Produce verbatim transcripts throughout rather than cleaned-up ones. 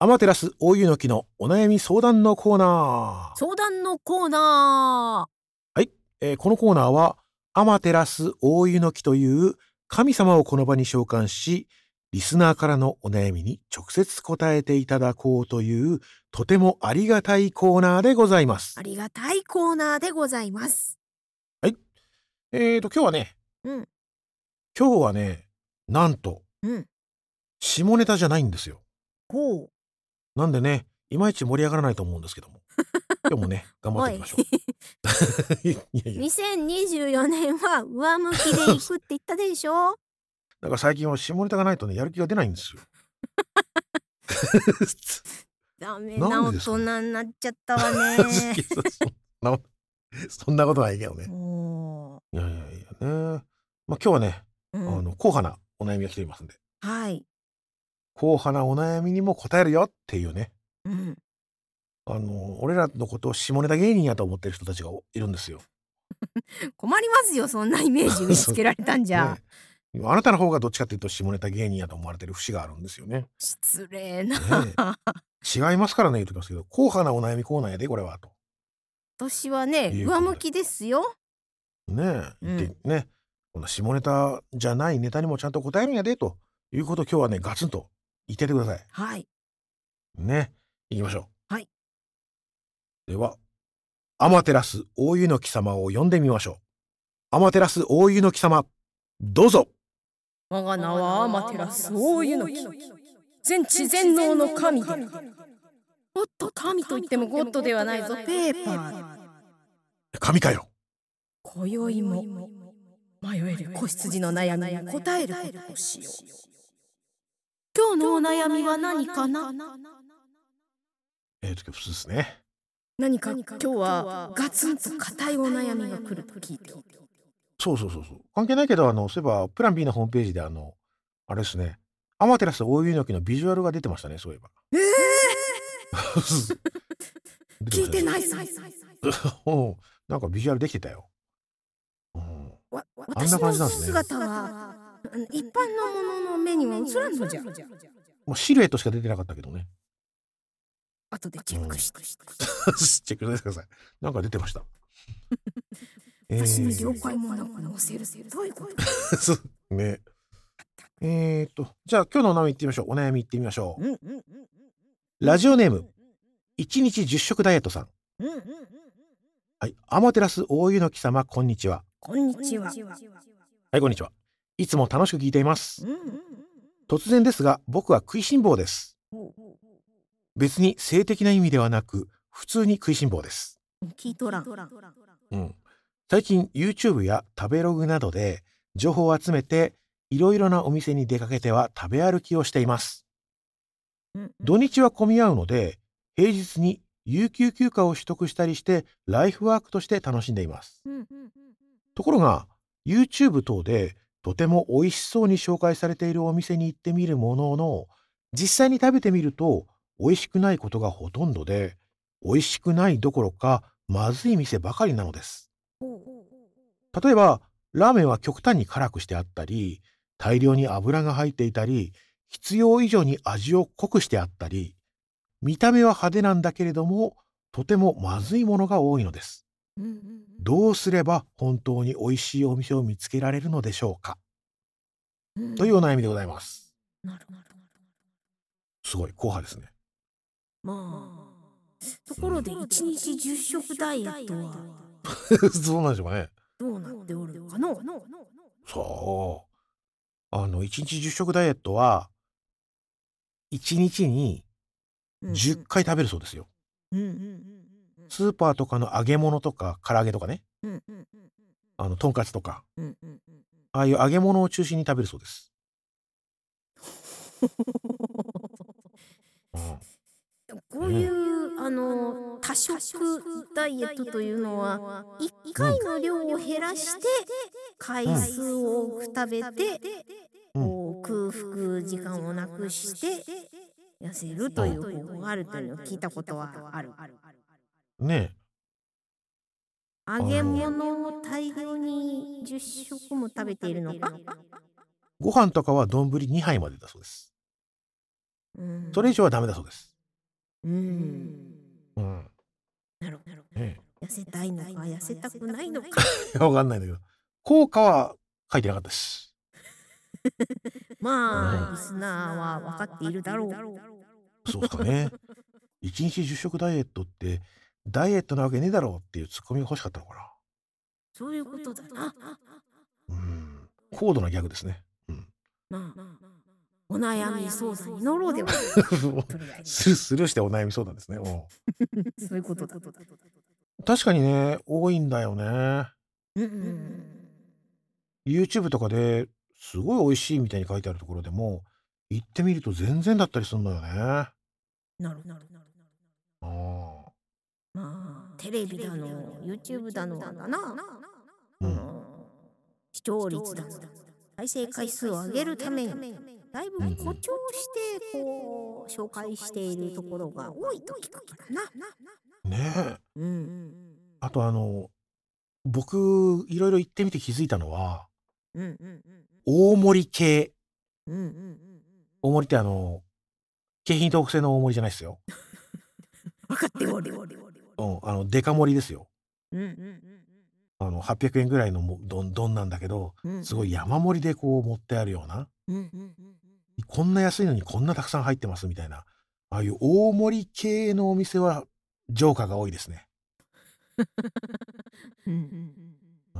アマテラス大湯の木のお悩み相談のコーナー。 相談のコーナはい、えーこのコーナーはアマテラス大湯の木という神様をこの場に召喚し、リスナーからのお悩みに直接答えていただこうというとてもありがたいコーナーでございまー。 す。 ありがたいコーナーでございます。 えーと今日はねうん。 今日はねなんとうん。 下ネタじゃないんですよ。 こう。 なんでねいまいち盛り上がらないと思うんですけども今日もね頑張っていきましょう。いやいやにせんにじゅうよねんは上向きでいくって言ったでしょ。 だから最近は下ネタがないとねやる気が出ないんですよ。 ダメななん大でですかね人になっちゃったわね。 そんなそんなことないけどね。 もいやいやいやね。まあ今日はね、 う。うあん。 の硬派なお悩みが来ていますんで、 はい。 硬派なお悩みにも答えるよっていうね、 うん。 あの俺らのことを下ネタ芸人やと思ってる人たちがいるんですよ。 困りますよ、そんなイメージ植え付けられたんじゃ。 ね。あなたの方がどっちかっていうと下ネタ芸人やと思われてる節があるんですよね。 失礼な。 ね違いますからね言うときますけど、硬派なお悩みコーナーやでこれはと。 私はね、 いうことで上向きですよ。 ねえ、 うん言ってね、こんな下ネタじゃないネタにもちゃんと答えるんやでということを今日はねガツンと言っててください。 はい。 ね、行きましょう。 はい。 では、アマテラス大湯の木様を呼んでみましょう。アマテラス大湯の木様、どうぞ。 我が名はアマテラス大湯の木。全知全能の神である。おっと、神と言ってもゴッドではないぞ、ペーパー。 神かよ。 今宵も迷える子羊の悩みに答えることをしよう。今日のお悩みは何かな。 えーと、普通ですね。 何か今日はガツンと硬いお悩みが来ると聞いて。 そうそうそうそう。関係ないけど、あの、そういえば、プラン B のホームページで、あの、あれですね、アマテラス大湯の木のビジュアルが出てましたね、そういえば。 ええ出てましたね聞いてないさ。 うんなんかビジュアルできてたよ。うんわあん私のな感じなんですね。 姿はあの一般のものの目には映らんのじゃ。 もうシルエットしか出てなかったけどね。 後でチェックして。 チェックしてください。なんか出てました。 私の了解もなく載せる。どういうことそうね。えーっと、じゃあ今日のお悩みいってみましょう。お悩みいってみましょう。 うんうんうんラジオネーム、いちにちじゅっしょくダイエットさん。 うんうんうん。 はい。アマテラス大湯の木様、こんにちは。 こんにちは。 はい、こんにちは。いつも楽しく聞いています。 うんうん突然ですが、僕は食いしん坊です。別に性的な意味ではなく、普通に食いしん坊です。 うん。聞いとらん。 うん。最近 YouTube や食べログなどで情報を集めて、いろいろなお店に出かけては食べ歩きをしています。 うん土日は混み合うので、平日に有給休暇を取得したりしてライフワークとして楽しんでいます。 うんところが YouTube 等でとても美味しそうに紹介されているお店に行ってみるものの、実際に食べてみると美味しくないことがほとんどで、美味しくないどころかまずい店ばかりなのです。例えばラーメンは極端に辛くしてあったり、大量に油が入っていたり、必要以上に味を濃くしてあったり、見た目は派手なんだけれどもとてもまずいものが多いのです。 うんうんどうすれば本当に美味しいお店を見つけられるのでしょうか、 うん。 というお悩みでございます。 なるほど。 すごい硬派ですね。 まあ。ところで一日十食ダイエットはそうなんでしょうかね。 どうなっておるのかの。 そう。あの、いちにちじゅっしょくダイエットは、いちにちにじゅっかい食べるそうですよ。 うんうんうんスーパーとかの揚げ物とか唐揚げとかね、 うんうんうんあの、とんかつとか、 うんうんうん。 ああいう揚げ物を中心に食べるそうです。うんこういうあの多食ダイエットというのはいっかいの量を減らして回数を多く食べて、 うんこう空腹時間をなくして痩せるという方法があるというのを聞いたことはある。 ね揚げ物を大量にじゅっしょくも食べているのか。 ご飯とかは丼にはいまでだそうです。 うんそれ以上はダメだそうです。 うん。 うん。 なるほど。 ね痩せたいのか痩せたくないのか。 え。わかんないんだけど、効果は書いてなかったです。うまあ、リん。 スナーは分かっているだろう。 そうっすかね。いちにちじゅっ食ダイエットって、ダイエットなわけねえだろうっていうツッコミが欲しかったのかな。 そういうことだな。 うん。高度なギャグですね。うん。 まあ、お悩み相談に乗ろうでは。とりあえず。 スルスルーしてお悩み相談ですね。うん。 そういうことだ。 確かにね、多いんだよね。 うんうん。 YouTube とかですごい美味しいみたいに書いてあるところでも、行ってみると全然だったりすんのよね。あなるほど。 あ。 まあ、テレビだの、YouTube だのはだな。 うん。 その、視聴率だの、再生回数を上げるために、だいぶうんうん。 誇張して、こう、紹介しているところが多いと聞くからな。 ねえ。 うん。 あとあの、僕、いろいろ行ってみて気づいたのは、 うん。 大盛り系。 うん。 大盛りってあの、京浜東北線の大盛りじゃないっすよ。 分かっておる。 うん、あの、デカ盛りですよ。 うん。 あの、はっぴゃくえんぐらいのも丼丼なんだけど、すごい山盛りでこう盛ってあるような、 うん。 こんな安いのにこんなたくさん入ってますみたいな、ああいう大盛り系のお店はジョーカーが多いですね。 うん。 うん。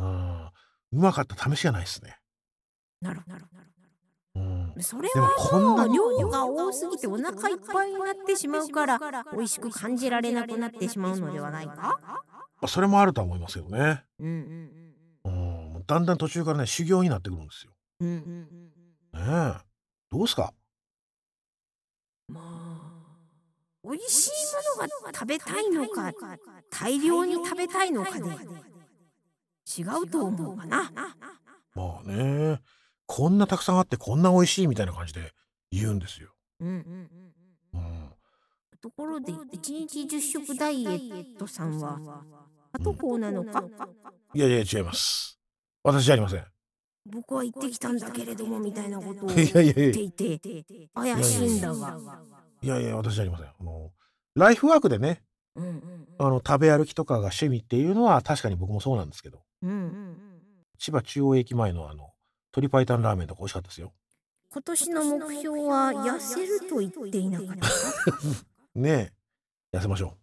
うまかった試しがないっすね。 なるほど。 うん。 それでもこんなはもう量うん。 が多すぎてお腹いっぱいになってしまうから美味しく感じられなくなってしまうのではないか。 ま、それもあるとは思いますよね。 うんうんうん、もうだんだん途中からね、修行になってくるんですよ。 うんうんうんねえ。どうすか？ まあ美味しいものが食べたいのか大量に食べたいのかで違うと思うがな。 まあね、こんなたくさんあってこんな美味しいみたいな感じで言うんですよ。 うんうんうんうん。 ところでいちにちじゅっ食ダイエットさんはうん。 片方なのか。 いやいや、違います。私じゃありません。 僕は行ってきたんだけれどもみたいなことをいやいやいやい言っていて怪しやいやいや。 いんだが。 いやいや、私じゃありません。あの、ライフワークでね、 うんうんあの、食べ歩きとかが趣味っていうのは確かに僕もそうなんですけど、 うんうん千葉中央駅前のあの、鶏白湯ラーメンとか美味しかったですよ。 今年の目標は痩せると言っていなかったか。 ねえ、痩せましょ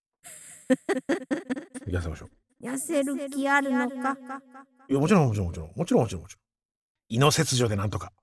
う。痩せましょう。 痩せる気あるのか。 いや、もちろんもちろんもちろん。もちろんもちろんもちろん。胃の切除でなんとか。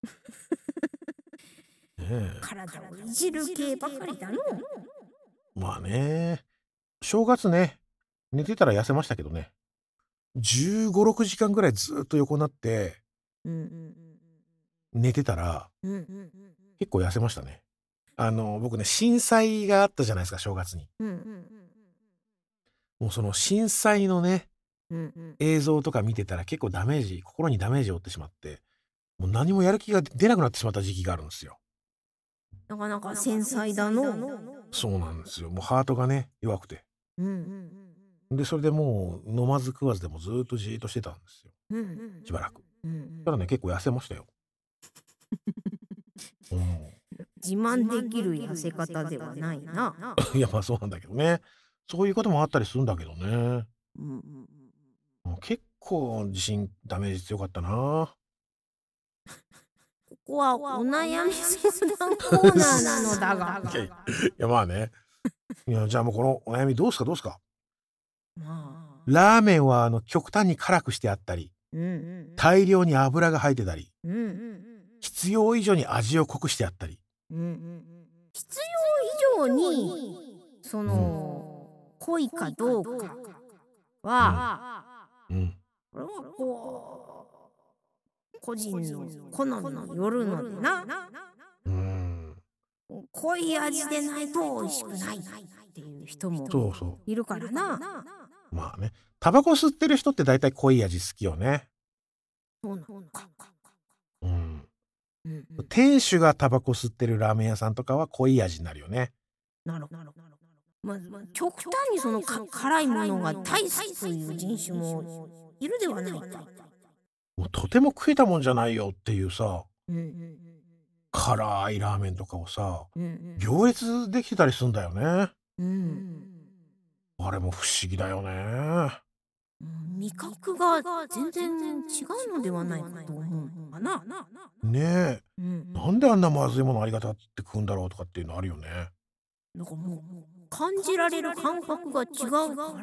ねえ。 体をいじる系ばかりだの。 まあね。正月ね、寝てたら痩せましたけどね。じゅうご、ろくじかんぐらいずっと横なって、 うんうん寝てたら、 うんうん結構痩せましたね。あの、僕ね、震災があったじゃないですか、正月に。 うんうんもうその震災のね、 うんうん映像とか見てたら結構ダメージ心にダメージを負ってしまって、もう何もやる気が出なくなってしまった時期があるんですよ。 なかなか繊細だの。 そうなんですよ。もうハートがね、弱くて。 うんうんで、それでもう飲まず食わずでもずーっとじーっとしてたんですよ。 うんうんしばらく。 うんただね、結構痩せましたよ。うん。 自慢できる痩せ方ではないな。 いや、まあそうなんだけどね。そういうこともあったりするんだけどね。 うんうんうん、結構自信ダメージ強かったな。 ここはお悩み相談コーナーなのだが。 いやいや、まあね。いや、じゃあもうこのお悩みどうすかどうすか。 まあ。 ラーメンはあの極端に辛くしてあったり、 うんうん大量に油が入ってたり、 うんうん必要以上に味を濃くしてあったり。 うんうん必要以上にそうん。 の濃いかどうかうん。 はうん。 これはこう個人の好みによるのでな。 うーん。 濃い味でないと美味しくないっていう人もそうそいるからな。 う。まあね。タバコ吸ってる人って大体濃い味好きよね。 そうなのか。 うん。 うんうん店主がタバコ吸ってるラーメン屋さんとかは濃い味になるよね。 なるほど。まあ、極端にそのか辛いものが大好きという人種もいるではないか。 もうとても食えたもんじゃないよっていうさ、 うんうん辛いラーメンとかをさ、 うん。 行列できてたりすんだよね。 うん。 あれも不思議だよね。 うん、味覚が全然違うのではないかと思うのかな。 ねえ。 うん。 なんであんなまずいものありがたって食うんだろうとかっていうのあるよね。 だからもう感じられる感覚が違うから、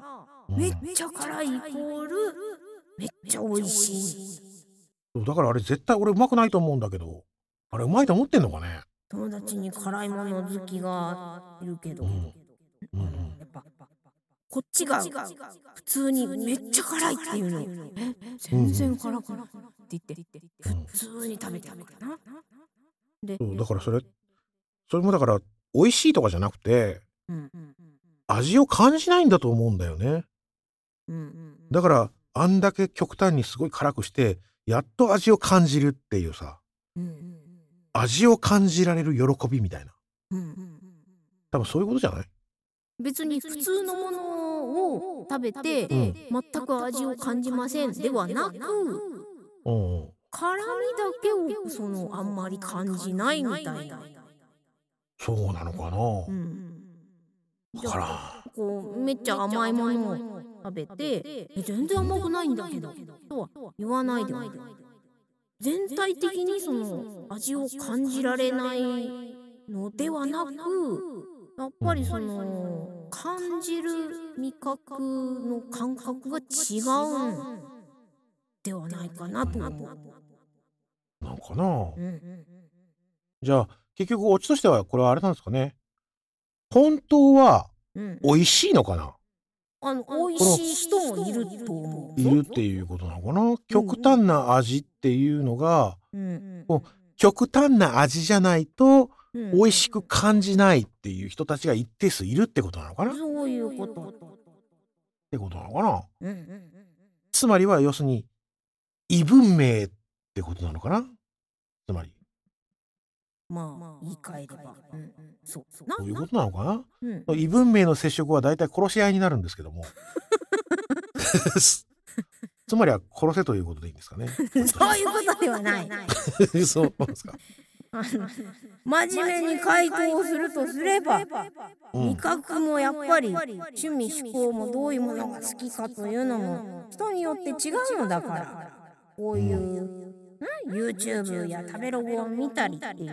うん。 めっちゃ辛いイコールめっちゃ美味しい。 そう、だからあれ絶対俺うまくないと思うんだけど、あれうまいと思ってんのかね？ 友達に辛いもの好きがいるけど、 うん。うんうあのん。 やっぱこっちが普通にめっちゃ辛いっていうの、え、 うんう全然ん。 辛くないって言ってうん。 普通に食べてるからな。で、 そう、だからそれそれもだから、美味しいとかじゃなくて、 うん、 味を感じないんだと思うんだよね。 うん、 だから、あんだけ極端にすごい辛くして、やっと味を感じるっていうさ、 うん、 味を感じられる喜びみたいな。 うん。 多分そういうことじゃない？ 別に普通のものを食べてうん。 全く味を感じませんではなく、 うんうん。 辛みだけをそのあんまり感じないみたいな。 そうなのかな？ うん。 わじゃあからん。 こうめっちゃ甘いものを食べて「え全然うん。 甘くないんだけど」とは言わないではない。全体的にその味を感じられないのではなく、やっぱりそうん。 の感じる味覚の感覚が違うんではないかなと思う。 なんかな？ うん。 じゃあ、結局オチとしてはこれはあれなんですかね。本当はうん。 美味しいのかな？ あの美味このしい人もいると思うぞ。 いるっていうことなのかな？極うん端な味っていうのが、 うん。 こう、極端な味じゃないとうん。 美味しく感じないっていう人たちが一定数いるってことなのかな？っそういうこと。 てことなのかな？ うん。 つまりは要するに、異文明ってことなのかな？つまり、 まあ言い換えれば、うん、そうな。 そういうことなのかな？ うん。 異文明の接触はだいたい殺し合いになるんですけども。つまりは殺せということでいいんですかね？オチとしてそういうことではない。 は。そうなんですか。 あの真面目に回答をするとすれば、味うん。 覚もやっぱり趣味嗜好もどういうものが好きかというのも人によって違うのだから、こういうん。 う、ん、YouTube や食べログを見たりっていう、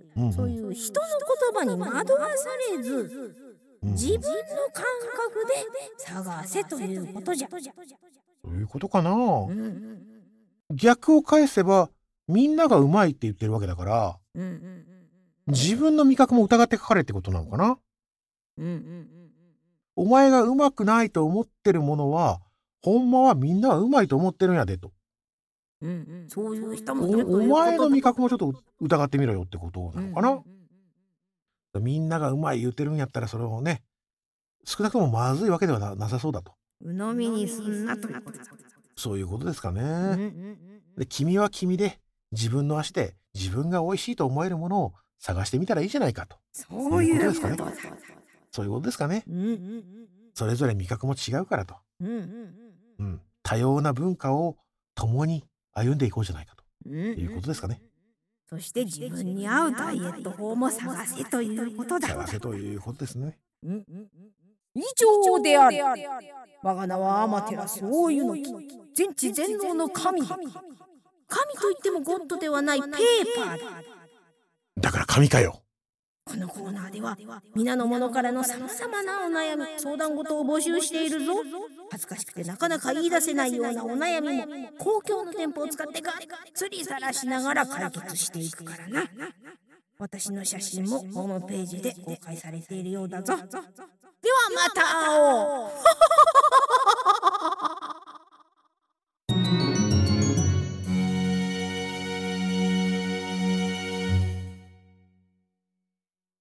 うんうん。 そういう人の言葉に惑わされず、 うんうん。 自分の感覚で探せということじゃ。 そういうことかな？ うん。 逆を返せば、みんながうまいって言ってるわけだから、 うん。 自分の味覚も疑ってかかれってことなのかな？ うん。 お前がうまくないと思ってるものは、ほんまはみんなはうまいと思ってるんやでと。 うん。そういう人もいるおおということだ。 前の味覚もちょっと疑ってみろよってことうん。 なのかな？みんながうまい言うてるんやったらそれをね、少なくともまずいわけではななさそうだと。 鵜呑みにすんなということだ。 そういうことですかうね。 ん。 で、君は君で、自分の足で自分が美味しいと思えるものを探してみたらいいじゃないかというそういことですかね。 うことだ。 そういうことですかね。 うん。 それぞれ味覚も違うからと。 うん。 うん。多様な文化を共に歩んでいこうじゃないかとういうこん。 とですかね。 そして自分に合うダイエット法も探せということだ。 探せということですね。 うん。以上である。我が名はアマテラス大湯の木。全知全能の神で。神といってもゴッドではないペーパーだ。 だから神かよ。 このコーナーでは皆の者からのさまざまなお悩み相談事を募集しているぞ。恥ずかしくてなかなか言い出せないようなお悩みも公共の店舗を使ってがっつりさらしながら解決していくからな。私の写真もホームページで公開されているようだぞ。ではまた会おう。